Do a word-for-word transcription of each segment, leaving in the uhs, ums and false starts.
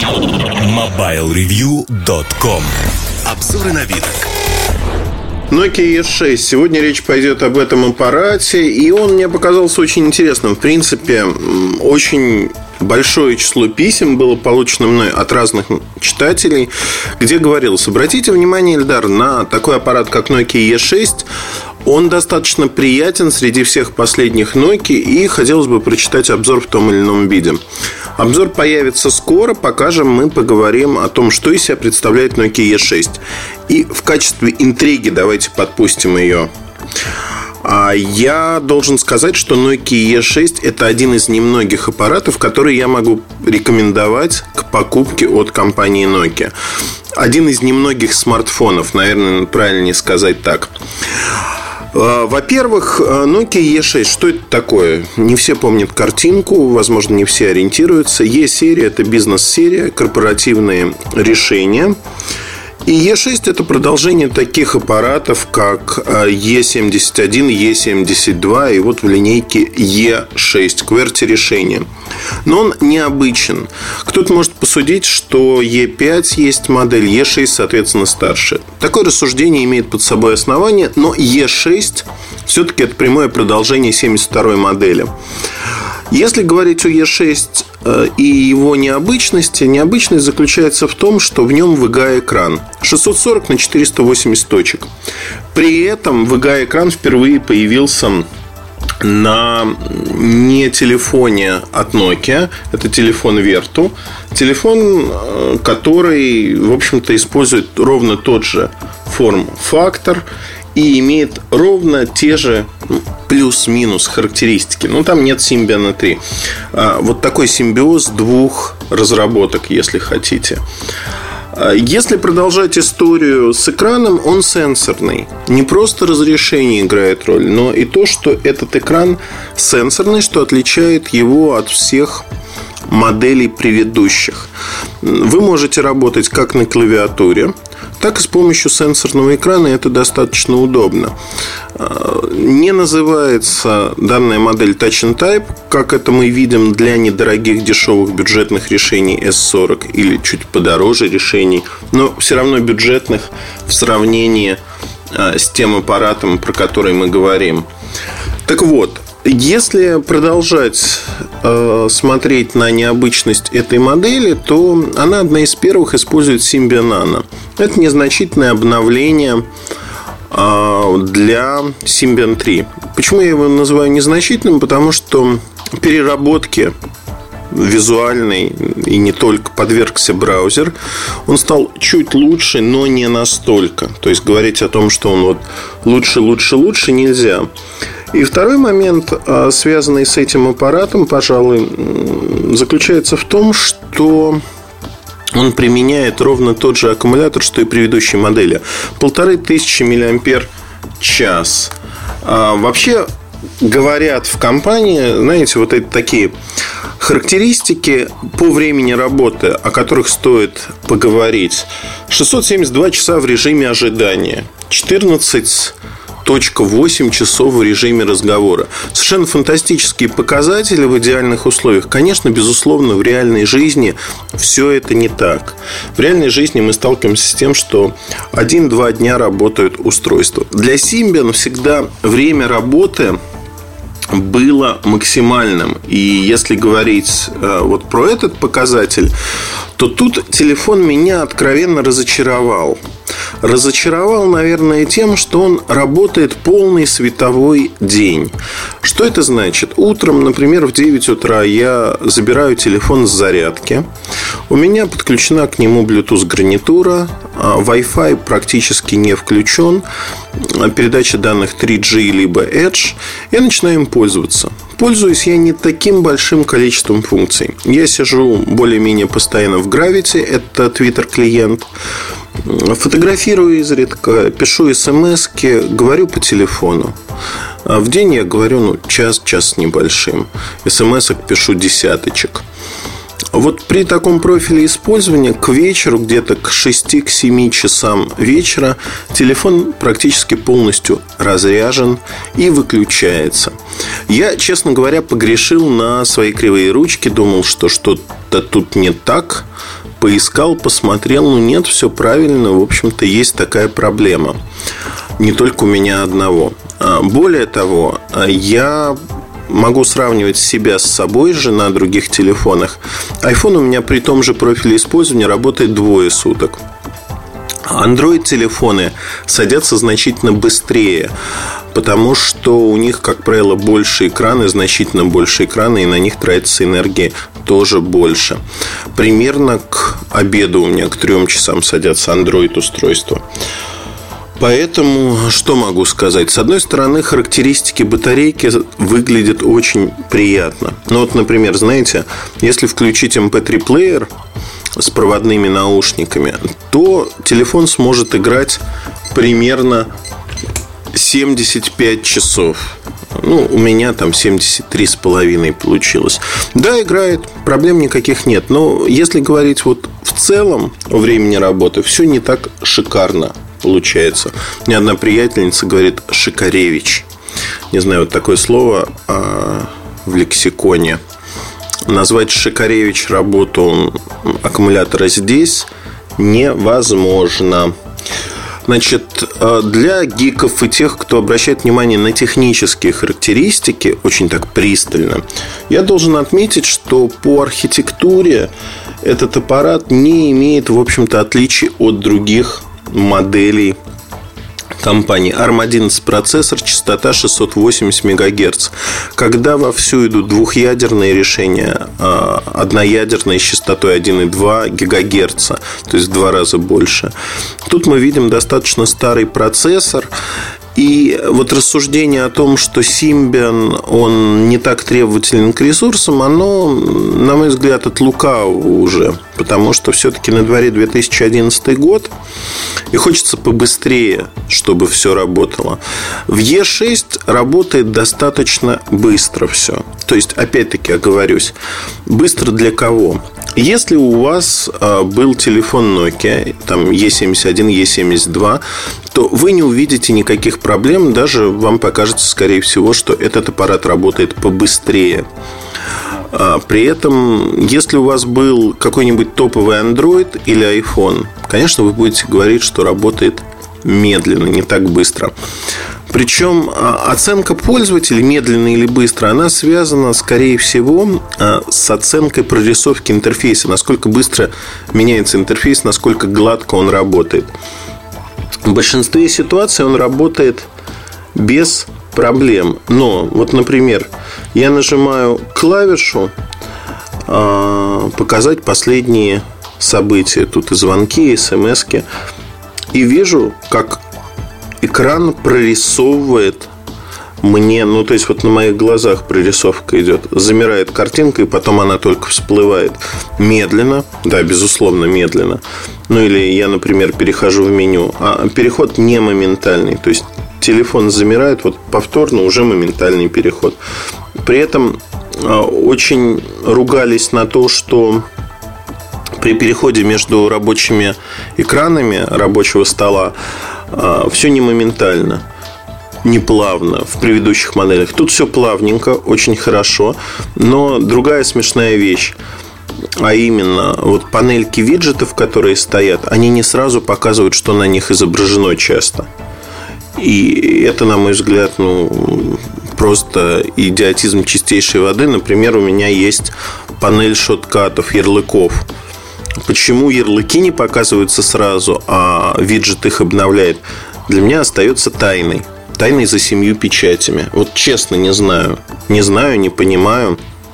мобайл ревью точка ком. Обзоры новинок. Nokia и шесть. Сегодня речь пойдет об этом аппарате. И он мне показался очень интересным. В принципе, очень большое число писем было получено мной от разных читателей, где говорилось: обратите внимание, Эльдар, на такой аппарат, как Nokia и шесть. Он достаточно приятен среди всех последних Nokia, и хотелось бы прочитать обзор в том или ином виде. Обзор появится скоро, пока же мы поговорим о том, что из себя представляет Nokia и шесть. И в качестве интриги давайте подпустим ее. Я должен сказать, что Nokia и шесть – это один из немногих аппаратов, которые я могу рекомендовать к покупке от компании Nokia. Один из немногих смартфонов, наверное, правильнее сказать так. Во-первых, Nokia и шесть, что это такое? Не все помнят картинку, возможно, не все ориентируются. И-серия – это бизнес-серия, корпоративные решения. И и шесть – это продолжение таких аппаратов, как и семьдесят один, и семьдесят два и вот в линейке и шесть, кверти решения. Но он необычен. Кто-то может посудить, что и пять есть модель, и шесть, соответственно, старше. Такое рассуждение имеет под собой основание, но и шесть все-таки это прямое продолжение семьдесят второй модели. Если говорить о и шесть и его необычности, необычность заключается в том, что в нем ви джи эй-экран шестьсот сорок на четыреста восемьдесят точек. При этом ви джи эй-экран впервые появился на не телефоне от Nokia. Это телефон Vertu. Телефон, который, в общем-то, использует ровно тот же форм-фактор и имеет ровно те же плюс-минус характеристики. Но там нет Symbian три. Вот такой симбиоз двух разработок, если хотите. Если продолжать историю с экраном, он сенсорный. Не просто разрешение играет роль, но и то, что этот экран сенсорный, что отличает его от всех моделей предыдущих. Вы можете работать как на клавиатуре, так и с помощью сенсорного экрана, и это достаточно удобно. Не называется данная модель Touch and Type, как это мы видим для недорогих дешевых бюджетных решений эс сорок или чуть подороже решений, но все равно бюджетных в сравнении с тем аппаратом, про который мы говорим. Так вот, если продолжать э, смотреть на необычность этой модели, то она одна из первых использует Symbian Nano. Это незначительное обновление э, для Symbian три. Почему я его называю незначительным? Потому что переработки визуальный и не только подвергся браузер. Он стал чуть лучше, но не настолько. То есть говорить о том, что он вот лучше, лучше, лучше нельзя. И второй момент, связанный с этим аппаратом, пожалуй, заключается в том, что он применяет ровно тот же аккумулятор, что и предыдущей модели. Полторы тысячи миллиампер-час. А вообще говорят в компании, знаете, вот эти такие характеристики по времени работы, о которых стоит поговорить. шестьсот семьдесят два часа в режиме ожидания, четырнадцать целых восемь часов в режиме разговора. Совершенно фантастические показатели в идеальных условиях. Конечно, безусловно, в реальной жизни все это не так. В реальной жизни мы сталкиваемся с тем, что один-два дня работают устройства. Для Symbian всегда время работы было максимальным. И если говорить э, вот про этот показатель, то тут телефон меня откровенно разочаровал. Разочаровал, наверное, тем, что он работает полный световой день. Что это значит? Утром, например, в девять утра я забираю телефон с зарядки. У меня подключена к нему Bluetooth гарнитура, Wi-Fi практически не включен, передача данных три джи либо Edge. Я начинаю им пользоваться. Пользуюсь я не таким большим количеством функций. Я сижу более-менее постоянно в Gravity, это Twitter-клиент. Фотографирую изредка, пишу смс-ки, говорю по телефону. В день я говорю ну, час, час с небольшим. СМС-ок пишу десяточек. Вот при таком профиле использования к вечеру, где-то к шести-семи часам вечера, телефон практически полностью разряжен и выключается. Я, честно говоря, погрешил на свои кривые ручки. Думал, что что-то тут не так. поискал, посмотрел, ну нет, все правильно. В общем-то, есть такая проблема. Не только у меня одного. Более того, я могу сравнивать себя с собой же на других телефонах. iPhone у меня при том же профиле использования работает двое суток. Android-телефоны садятся значительно быстрее, потому что у них, как правило, больше экраны, значительно больше экрана, и на них тратится энергии тоже больше. Примерно к обеду у меня к трем часам садятся Android-устройства. Поэтому, что могу сказать? С одной стороны, характеристики батарейки выглядят очень приятно. Ну вот, например, знаете, если включить эм пэ три плеер с проводными наушниками, то телефон сможет играть примерно семьдесят пять часов. Ну, у меня там семьдесят три с половиной получилось. Да, играет, проблем никаких нет. Но если говорить вот в целом о времени работы, все не так шикарно получается. Мне одна приятельница говорит «шикаревич». Не знаю, вот такое слово а, в лексиконе. Назвать «шикаревич» работу аккумулятора здесь невозможно. Значит, для гиков и тех, кто обращает внимание на технические характеристики очень так пристально, я должен отметить, что по архитектуре этот аппарат не имеет, в общем-то, отличий от других моделей компании. арм одиннадцать процессор, частота шестьсот восемьдесят мегагерц. Когда вовсю идут двухъядерные решения, одноядерные с частотой один и два гигагерца, то есть в два раза больше. Тут мы видим достаточно старый процессор. И вот рассуждение о том, что Symbian, он не так требователен к ресурсам, оно, на мой взгляд, от лукавого уже. Потому что все-таки на дворе две тысячи одиннадцатый год, и хочется побыстрее, чтобы все работало. В и шесть работает достаточно быстро все. То есть, опять-таки, оговорюсь, быстро для кого? Если у вас был телефон Nokia, там и семьдесят один, и семьдесят два, то вы не увидите никаких проблем. Даже вам покажется, скорее всего, что этот аппарат работает побыстрее. При этом, если у вас был какой-нибудь топовый Android или iPhone, конечно, вы будете говорить, что работает медленно, не так быстро. Причем оценка пользователей, медленно или быстро, она связана, скорее всего, с оценкой прорисовки интерфейса. Насколько быстро меняется интерфейс, насколько гладко он работает. В большинстве ситуаций он работает без проблем. Но, вот, например, я нажимаю клавишу «Показать последние события». Тут и звонки, и смски. И вижу, как экран прорисовывает мне, ну, то есть вот на моих глазах прорисовка идет. Замирает картинка, и потом она только всплывает. Медленно, да, безусловно, медленно. Ну, или я, например, перехожу в меню. А переход не моментальный. То есть телефон замирает, вот повторно уже моментальный переход. При этом очень ругались на то, что при переходе между рабочими экранами рабочего стола все не моментально, не плавно в предыдущих моделях. Тут все плавненько, очень хорошо. Но другая смешная вещь, а именно вот панельки виджетов, которые стоят, они не сразу показывают, что на них изображено часто. И это, на мой взгляд, ну, просто идиотизм чистейшей воды. Например, у меня есть панель шоткатов, ярлыков. Почему ярлыки не показываются сразу, а виджет их обновляет, для меня остается тайной. Тайной за семью печатями. Вот честно, не знаю. Не знаю, не понимаю.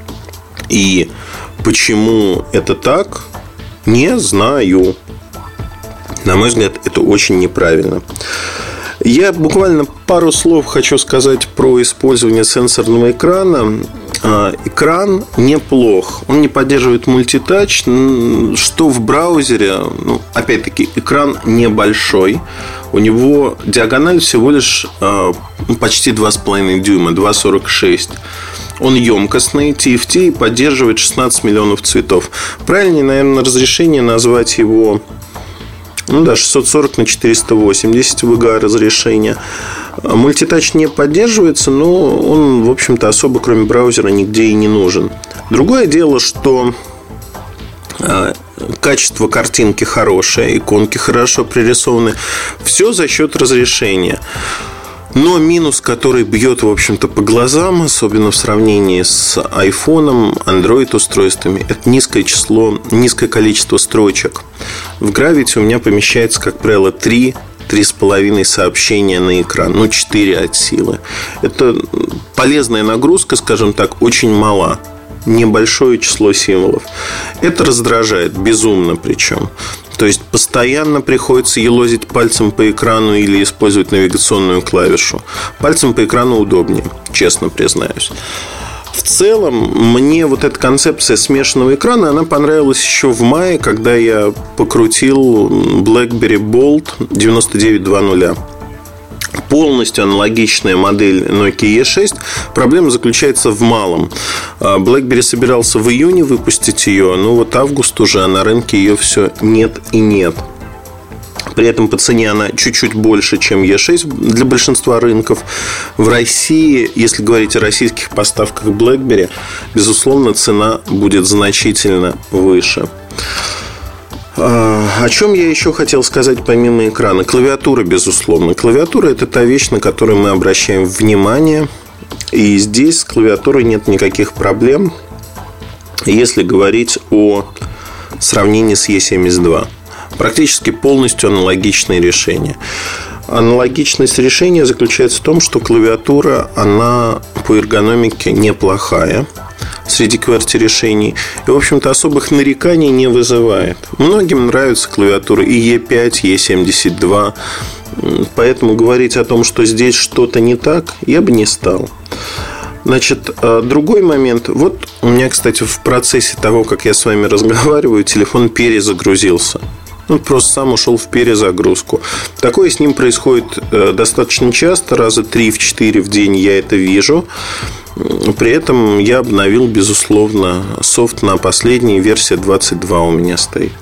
И почему это так, не знаю. На мой взгляд, это очень неправильно. Я буквально пару слов хочу сказать про использование сенсорного экрана. Экран неплох. Он не поддерживает мультитач, что в браузере, ну, опять-таки, экран небольшой. У него диагональ всего лишь э, почти два с половиной дюйма, два сорок шесть. Он емкостный, ти эф ти, и поддерживает шестнадцать миллионов цветов. Правильнее, наверное, разрешение назвать его, ну да, шестьсот сорок на четыреста восемьдесят ви джи эй разрешение. Мультитач не поддерживается, но он, в общем-то, особо, кроме браузера, нигде и не нужен. Другое дело, что Качество картинки хорошее, иконки хорошо пририсованы. Все за счет разрешения. Но минус, который бьет, в общем-то, по глазам, особенно в сравнении с айфоном, Android-устройствами, это низкое число, низкое количество строчек. В Gravity у меня помещается, как правило, три три с половиной сообщения на экран, ну четыре от силы. Это полезная нагрузка, скажем так, очень мала. Небольшое число символов. Это раздражает, безумно причем. То есть постоянно приходится елозить пальцем по экрану или использовать навигационную клавишу. Пальцем по экрану удобнее, честно признаюсь. В целом, мне вот эта концепция смешанного экрана, она понравилась еще в мае, когда я покрутил BlackBerry Bold девяносто девять двадцать. Полностью аналогичная модель Nokia и шесть. Проблема заключается в малом. BlackBerry собирался в июне выпустить ее, но вот август уже, а на рынке ее все нет и нет. При этом по цене она чуть-чуть больше, чем и шесть для большинства рынков. В России, если говорить о российских поставках BlackBerry, безусловно, цена будет значительно выше. О чем я еще хотел сказать помимо экрана? Клавиатура, безусловно. Клавиатура – это та вещь, на которую мы обращаем внимание. И здесь с клавиатурой нет никаких проблем, если говорить о сравнении с и семьдесят два. Практически полностью аналогичные решения. Аналогичность решения заключается в том, что клавиатура, она по эргономике неплохая среди QWERTY-решений. И, в общем-то, особых нареканий не вызывает. Многим нравятся клавиатуры и и пять, и семьдесят два. Поэтому говорить о том, что здесь что-то не так, я бы не стал. Значит, другой момент. Вот у меня, кстати, в процессе того, как я с вами разговариваю, телефон перезагрузился. Он просто сам ушел в перезагрузку. Такое с ним происходит достаточно часто. Раза три-четыре в день я это вижу. При этом я обновил, безусловно, софт на последней, версия двадцать два у меня стоит.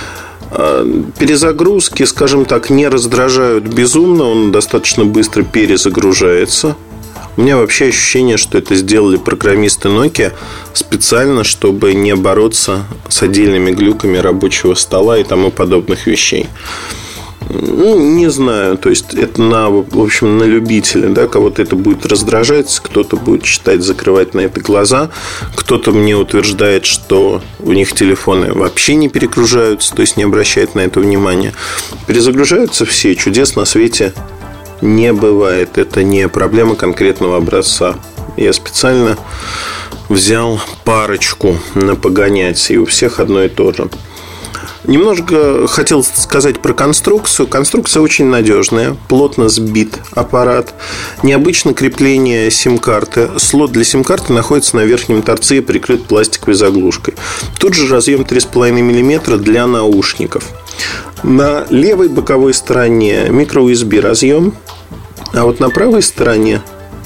Перезагрузки, скажем так, не раздражают безумно. Он достаточно быстро перезагружается. У меня вообще ощущение, что это сделали программисты Nokia специально, чтобы не бороться с отдельными глюками рабочего стола и тому подобных вещей. Ну, не знаю, то есть это на, в общем, на любителя, да, кого-то это будет раздражать, кто-то будет считать, закрывать на это глаза, кто-то мне утверждает, что у них телефоны вообще не перегружаются, то есть не обращает на это внимания. Перезагружаются все, чудес на свете не бывает. Это не проблема конкретного образца. Я специально взял парочку на погонять, и у всех одно и то же. Немножко хотел сказать про конструкцию. Конструкция очень надежная, плотно сбит аппарат. Необычно крепление сим-карты. Слот для сим-карты находится на верхнем торце и прикрыт пластиковой заглушкой. Тут же разъем три с половиной миллиметра для наушников. На левой боковой стороне микро-ю эс би разъем, а вот на правой стороне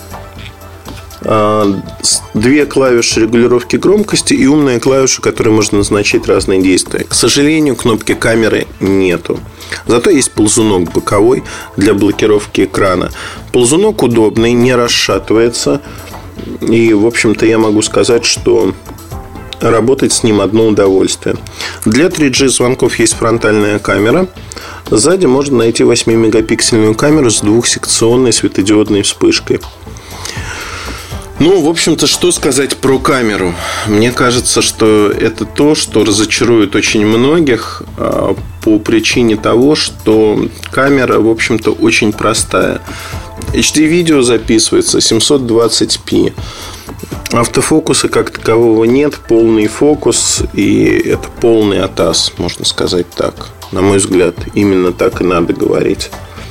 две клавиши регулировки громкости и умная клавиша, которой можно назначить разные действия. К сожалению, кнопки камеры нету. Зато есть ползунок боковой для блокировки экрана. Ползунок удобный, не расшатывается. И, в общем-то, я могу сказать, что работать с ним одно удовольствие. Для три джи звонков есть фронтальная камера. Сзади можно найти восьмимегапиксельную камеру с двухсекционной светодиодной вспышкой. Ну, в общем-то, что сказать про камеру? Мне кажется, что это то, что разочарует очень многих по причине того, что камера, в общем-то, очень простая. эйч ди-видео записывается семьсот двадцать пи. Автофокуса как такового нет, полный фокус, и это полный атас, можно сказать так. На мой взгляд, именно так и надо говорить.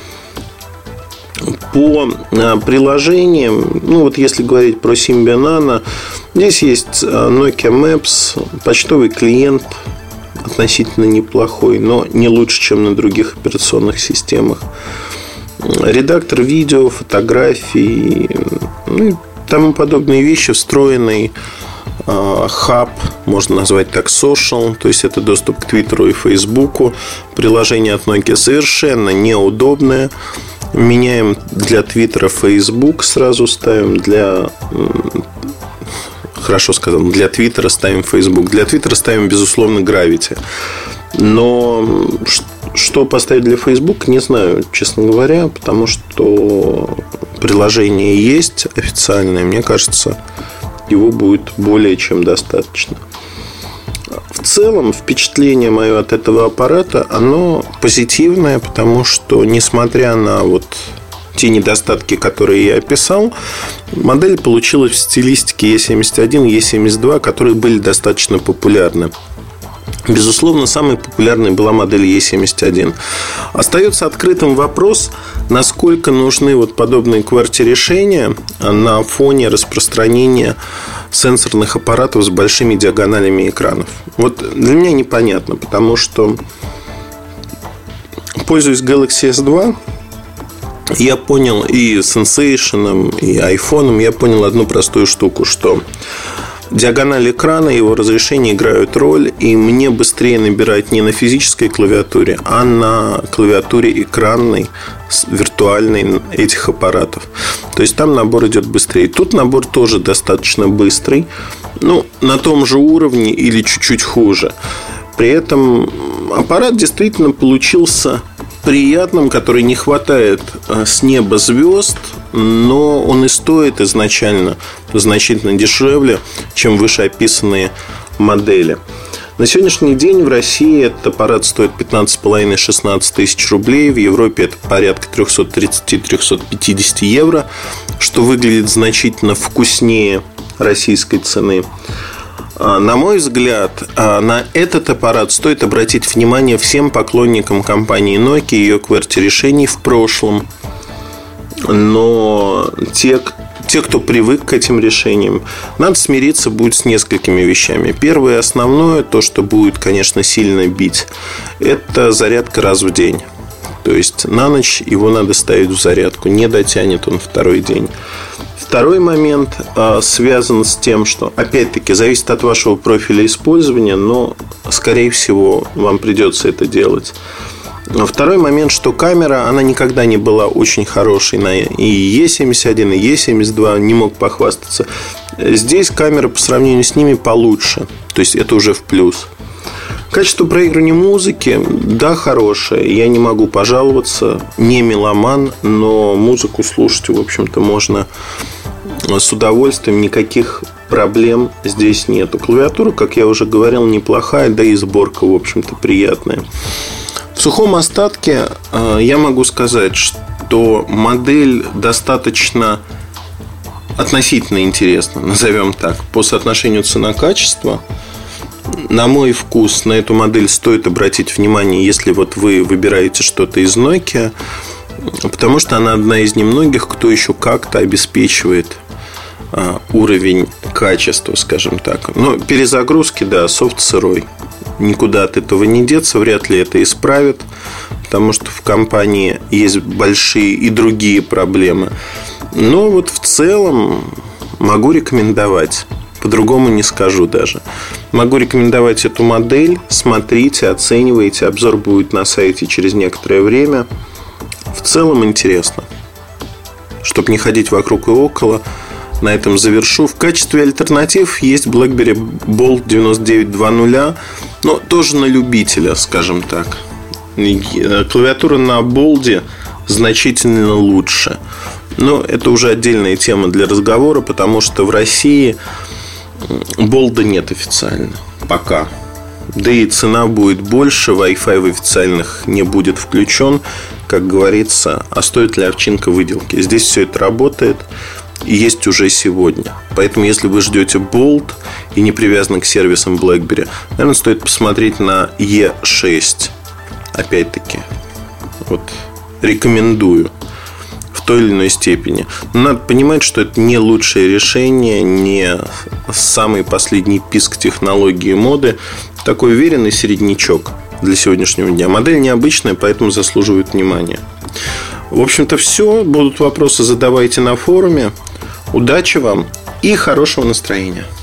По приложениям, ну вот если говорить про Symbian Nano, здесь есть Nokia Maps, почтовый клиент относительно неплохой, но не лучше, чем на других операционных системах. Редактор видео, фотографий, ну и тому подобные вещи, встроенный хаб, можно назвать так, social, то есть это доступ к Твиттеру и Фейсбуку. Приложение от Nokia совершенно неудобное. Меняем для Твиттера Facebook, сразу ставим для хорошо сказал, для Твиттера ставим Facebook. Для Твиттера ставим, безусловно, Gravity. Но что поставить для Facebook, не знаю, честно говоря, потому что приложение есть официальное. Мне кажется, его будет более чем достаточно. В целом, впечатление мое от этого аппарата, оно позитивное, потому что, несмотря на вот те недостатки, которые я описал, модель получилась в стилистике и семьдесят один, и семьдесят два, которые были достаточно популярны. Безусловно, самой популярной была модель и семьдесят один. Остается открытым вопрос, насколько нужны вот подобные QWERTY-решения на фоне распространения сенсорных аппаратов с большими диагоналями экранов. Вот для меня непонятно, потому что, пользуясь Galaxy эс два, я понял и Sensation, и iPhone, я понял одну простую штуку, что диагональ экрана и его разрешение играют роль, и мне быстрее набирать не на физической клавиатуре, а на клавиатуре экранной, виртуальной этих аппаратов. То есть там набор идет быстрее. Тут набор тоже достаточно быстрый, ну, на том же уровне или чуть-чуть хуже. При этом аппарат действительно получился приятным, который не хватает с неба звезд, но он и стоит изначально значительно дешевле, чем вышеописанные модели. На сегодняшний день в России этот аппарат стоит пятнадцать с половиной - шестнадцать тысяч рублей. В Европе это порядка триста тридцать - триста пятьдесят евро, что выглядит значительно вкуснее российской цены. На мой взгляд, на этот аппарат стоит обратить внимание всем поклонникам компании Nokia и ее QWERTY-решений в прошлом. Но те, те, кто привык к этим решениям, надо смириться будет с несколькими вещами. Первое и основное, то, что будет, конечно, сильно бить, это зарядка раз в день. То есть на ночь его надо ставить в зарядку, не дотянет он второй день. Второй момент а, связан с тем, что, опять-таки, зависит от вашего профиля использования, но, скорее всего, вам придется это делать. Второй момент, что камера, она никогда не была очень хорошей на и и семьдесят один, и и семьдесят два, не мог похвастаться. Здесь камера по сравнению с ними получше, то есть это уже в плюс. Качество проигрывания музыки, да, хорошее, я не могу пожаловаться, не меломан, но музыку слушать, в общем-то, можно с удовольствием, никаких проблем здесь нету. Клавиатура, как я уже говорил, неплохая, да и сборка, в общем-то, приятная. В сухом остатке я могу сказать, что модель достаточно относительно интересна, назовем так, по соотношению цена-качество. На мой вкус на эту модель стоит обратить внимание, если вот вы выбираете что-то из Nokia, потому что она одна из немногих, кто еще как-то обеспечивает уровень качества, скажем так. Но перезагрузки, да, софт сырой. Никуда от этого не деться, вряд ли это исправит, потому что в компании есть большие и другие проблемы. Но вот в целом могу рекомендовать. По-другому не скажу даже. Могу рекомендовать эту модель. Смотрите, оценивайте. Обзор будет на сайте через некоторое время. В целом интересно. Чтобы не ходить вокруг и около, на этом завершу. В качестве альтернатив есть BlackBerry Bold девяносто девять два ноль, но тоже на любителя, скажем так. Клавиатура на Bold значительно лучше. Но это уже отдельная тема для разговора, потому что в России Bold нет официально. Пока. Да и цена будет больше, Wi-Fi в официальных не будет включен. Как говорится, а стоит ли овчинка выделки? Здесь все это работает и есть уже сегодня. Поэтому, если вы ждете Bold и не привязаны к сервисам BlackBerry, наверное, стоит посмотреть на и шесть. Опять-таки, вот рекомендую в той или иной степени. Но надо понимать, что это не лучшее решение, не самый последний писк технологии и моды. Такой уверенный середнячок для сегодняшнего дня. Модель необычная, поэтому заслуживает внимания. В общем-то, все. Будут вопросы, задавайте на форуме. Удачи вам и хорошего настроения.